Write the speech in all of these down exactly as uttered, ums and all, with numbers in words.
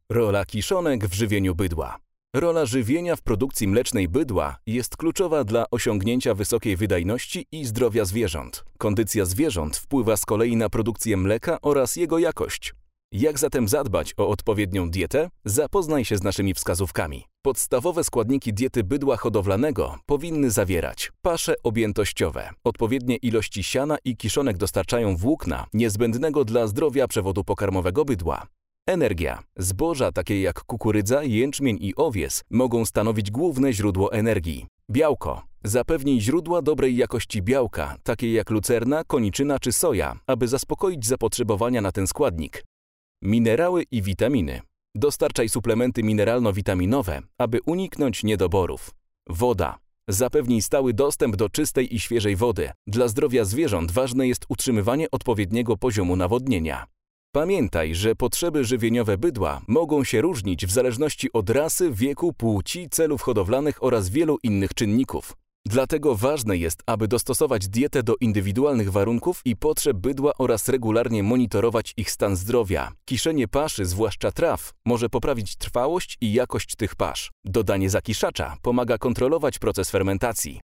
Rola kiszonek w żywieniu bydła. Rola żywienia w produkcji mlecznej bydła jest kluczowa dla osiągnięcia wysokiej wydajności i zdrowia zwierząt. Kondycja zwierząt wpływa z kolei na produkcję mleka oraz jego jakość. Jak zatem zadbać o odpowiednią dietę? Zapoznaj się z naszymi wskazówkami. Podstawowe składniki diety bydła hodowlanego powinny zawierać pasze objętościowe. Odpowiednie ilości siana i kiszonek dostarczają włókna niezbędnego dla zdrowia przewodu pokarmowego bydła. Energia. Zboża takie jak kukurydza, jęczmień i owies mogą stanowić główne źródło energii. Białko. Zapewnij źródła dobrej jakości białka, takie jak lucerna, koniczyna czy soja, aby zaspokoić zapotrzebowania na ten składnik. Minerały i witaminy. Dostarczaj suplementy mineralno-witaminowe, aby uniknąć niedoborów. Woda. Zapewnij stały dostęp do czystej i świeżej wody. Dla zdrowia zwierząt ważne jest utrzymywanie odpowiedniego poziomu nawodnienia. Pamiętaj, że potrzeby żywieniowe bydła mogą się różnić w zależności od rasy, wieku, płci, celów hodowlanych oraz wielu innych czynników. Dlatego ważne jest, aby dostosować dietę do indywidualnych warunków i potrzeb bydła oraz regularnie monitorować ich stan zdrowia. Kiszenie paszy, zwłaszcza traw, może poprawić trwałość i jakość tych pasz. Dodanie zakiszacza pomaga kontrolować proces fermentacji.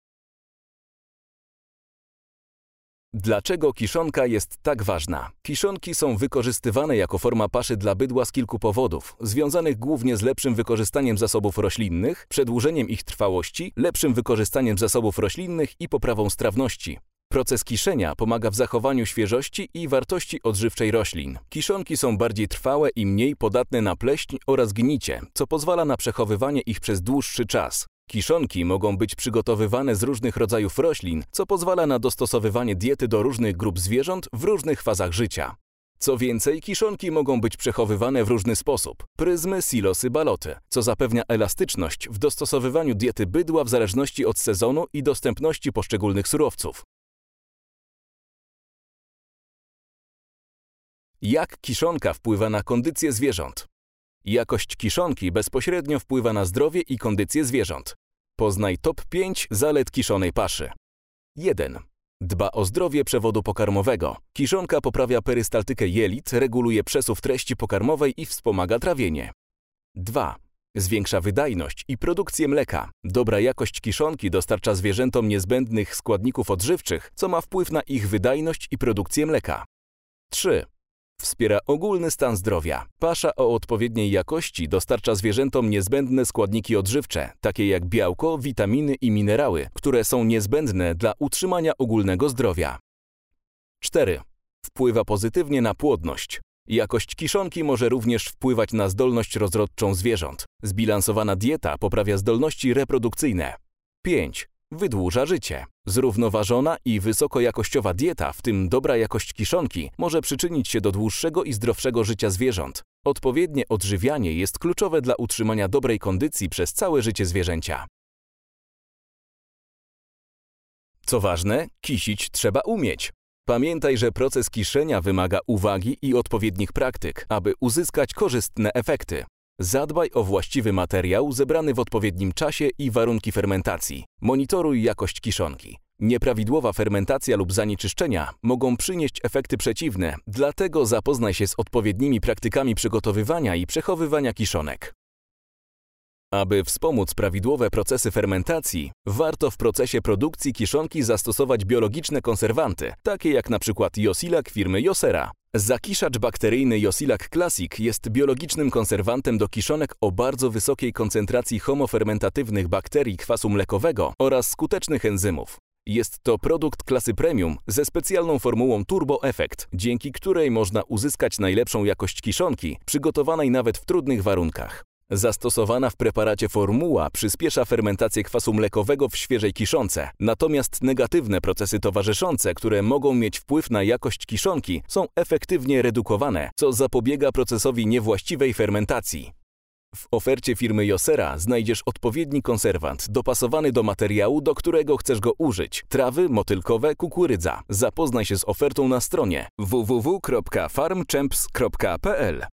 Dlaczego kiszonka jest tak ważna? Kiszonki są wykorzystywane jako forma paszy dla bydła z kilku powodów, związanych głównie z lepszym wykorzystaniem zasobów roślinnych, przedłużeniem ich trwałości, lepszym wykorzystaniem zasobów roślinnych i poprawą strawności. Proces kiszenia pomaga w zachowaniu świeżości i wartości odżywczej roślin. Kiszonki są bardziej trwałe i mniej podatne na pleśń oraz gnicie, co pozwala na przechowywanie ich przez dłuższy czas. Kiszonki mogą być przygotowywane z różnych rodzajów roślin, co pozwala na dostosowywanie diety do różnych grup zwierząt w różnych fazach życia. Co więcej, kiszonki mogą być przechowywane w różny sposób. Pryzmy, silosy, baloty, co zapewnia elastyczność w dostosowywaniu diety bydła w zależności od sezonu i dostępności poszczególnych surowców. Jak kiszonka wpływa na kondycję zwierząt? Jakość kiszonki bezpośrednio wpływa na zdrowie i kondycję zwierząt. Poznaj top pięć zalet kiszonej paszy. jeden. Dba o zdrowie przewodu pokarmowego. Kiszonka poprawia perystaltykę jelit, reguluje przesuw treści pokarmowej i wspomaga trawienie. dwa. Zwiększa wydajność i produkcję mleka. Dobra jakość kiszonki dostarcza zwierzętom niezbędnych składników odżywczych, co ma wpływ na ich wydajność i produkcję mleka. trzy. Wspiera ogólny stan zdrowia. Pasza o odpowiedniej jakości dostarcza zwierzętom niezbędne składniki odżywcze, takie jak białko, witaminy i minerały, które są niezbędne dla utrzymania ogólnego zdrowia. cztery. Wpływa pozytywnie na płodność. Jakość kiszonki może również wpływać na zdolność rozrodczą zwierząt. Zbilansowana dieta poprawia zdolności reprodukcyjne. pięć. Wydłuża życie. Zrównoważona i wysokojakościowa dieta, w tym dobra jakość kiszonki, może przyczynić się do dłuższego i zdrowszego życia zwierząt. Odpowiednie odżywianie jest kluczowe dla utrzymania dobrej kondycji przez całe życie zwierzęcia. Co ważne, kisić trzeba umieć. Pamiętaj, że proces kiszenia wymaga uwagi i odpowiednich praktyk, aby uzyskać korzystne efekty. Zadbaj o właściwy materiał zebrany w odpowiednim czasie i warunki fermentacji. Monitoruj jakość kiszonki. Nieprawidłowa fermentacja lub zanieczyszczenia mogą przynieść efekty przeciwne, dlatego zapoznaj się z odpowiednimi praktykami przygotowywania i przechowywania kiszonek. Aby wspomóc prawidłowe procesy fermentacji, warto w procesie produkcji kiszonki zastosować biologiczne konserwanty, takie jak np. Josilak firmy Josera. Zakiszacz bakteryjny Josilak Classic jest biologicznym konserwantem do kiszonek o bardzo wysokiej koncentracji homofermentatywnych bakterii kwasu mlekowego oraz skutecznych enzymów. Jest to produkt klasy premium ze specjalną formułą Turbo Effect, dzięki której można uzyskać najlepszą jakość kiszonki, przygotowanej nawet w trudnych warunkach. Zastosowana w preparacie formuła przyspiesza fermentację kwasu mlekowego w świeżej kiszonce, natomiast negatywne procesy towarzyszące, które mogą mieć wpływ na jakość kiszonki, są efektywnie redukowane, co zapobiega procesowi niewłaściwej fermentacji. W ofercie firmy Josera znajdziesz odpowiedni konserwant dopasowany do materiału, do którego chcesz go użyć. Trawy, motylkowe, kukurydza. Zapoznaj się z ofertą na stronie w w w kropka farmchamps kropka p l.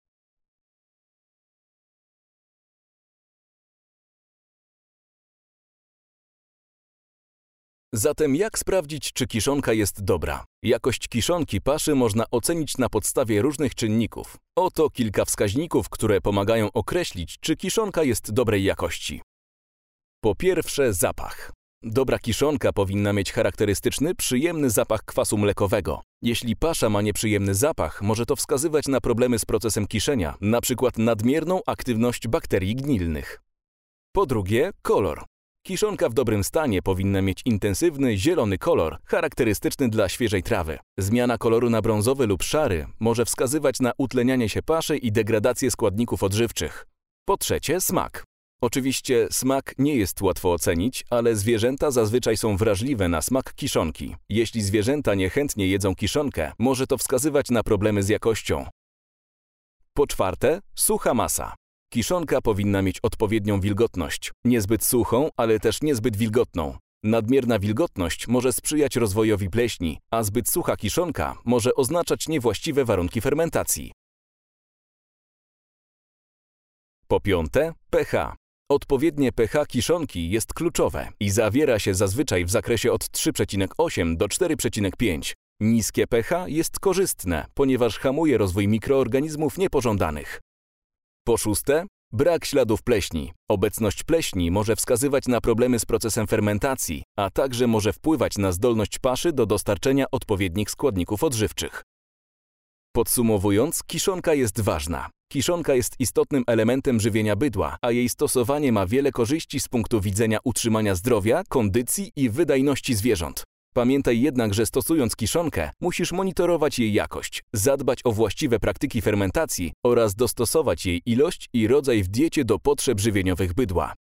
Zatem jak sprawdzić, czy kiszonka jest dobra? Jakość kiszonki paszy można ocenić na podstawie różnych czynników. Oto kilka wskaźników, które pomagają określić, czy kiszonka jest dobrej jakości. Po pierwsze, zapach. Dobra kiszonka powinna mieć charakterystyczny, przyjemny zapach kwasu mlekowego. Jeśli pasza ma nieprzyjemny zapach, może to wskazywać na problemy z procesem kiszenia, np. nadmierną aktywność bakterii gnilnych. Po drugie, kolor. Kiszonka w dobrym stanie powinna mieć intensywny, zielony kolor, charakterystyczny dla świeżej trawy. Zmiana koloru na brązowy lub szary może wskazywać na utlenianie się paszy i degradację składników odżywczych. Po trzecie, smak. Oczywiście smak nie jest łatwo ocenić, ale zwierzęta zazwyczaj są wrażliwe na smak kiszonki. Jeśli zwierzęta niechętnie jedzą kiszonkę, może to wskazywać na problemy z jakością. Po czwarte, sucha masa. Kiszonka powinna mieć odpowiednią wilgotność. Niezbyt suchą, ale też niezbyt wilgotną. Nadmierna wilgotność może sprzyjać rozwojowi pleśni, a zbyt sucha kiszonka może oznaczać niewłaściwe warunki fermentacji. Po piąte, pH. Odpowiednie pH kiszonki jest kluczowe i zawiera się zazwyczaj w zakresie od trzy przecinek osiem do cztery przecinek pięć. Niskie pH jest korzystne, ponieważ hamuje rozwój mikroorganizmów niepożądanych. Po szóste, brak śladów pleśni. Obecność pleśni może wskazywać na problemy z procesem fermentacji, a także może wpływać na zdolność paszy do dostarczenia odpowiednich składników odżywczych. Podsumowując, kiszonka jest ważna. Kiszonka jest istotnym elementem żywienia bydła, a jej stosowanie ma wiele korzyści z punktu widzenia utrzymania zdrowia, kondycji i wydajności zwierząt. Pamiętaj jednak, że stosując kiszonkę, musisz monitorować jej jakość, zadbać o właściwe praktyki fermentacji oraz dostosować jej ilość i rodzaj w diecie do potrzeb żywieniowych bydła.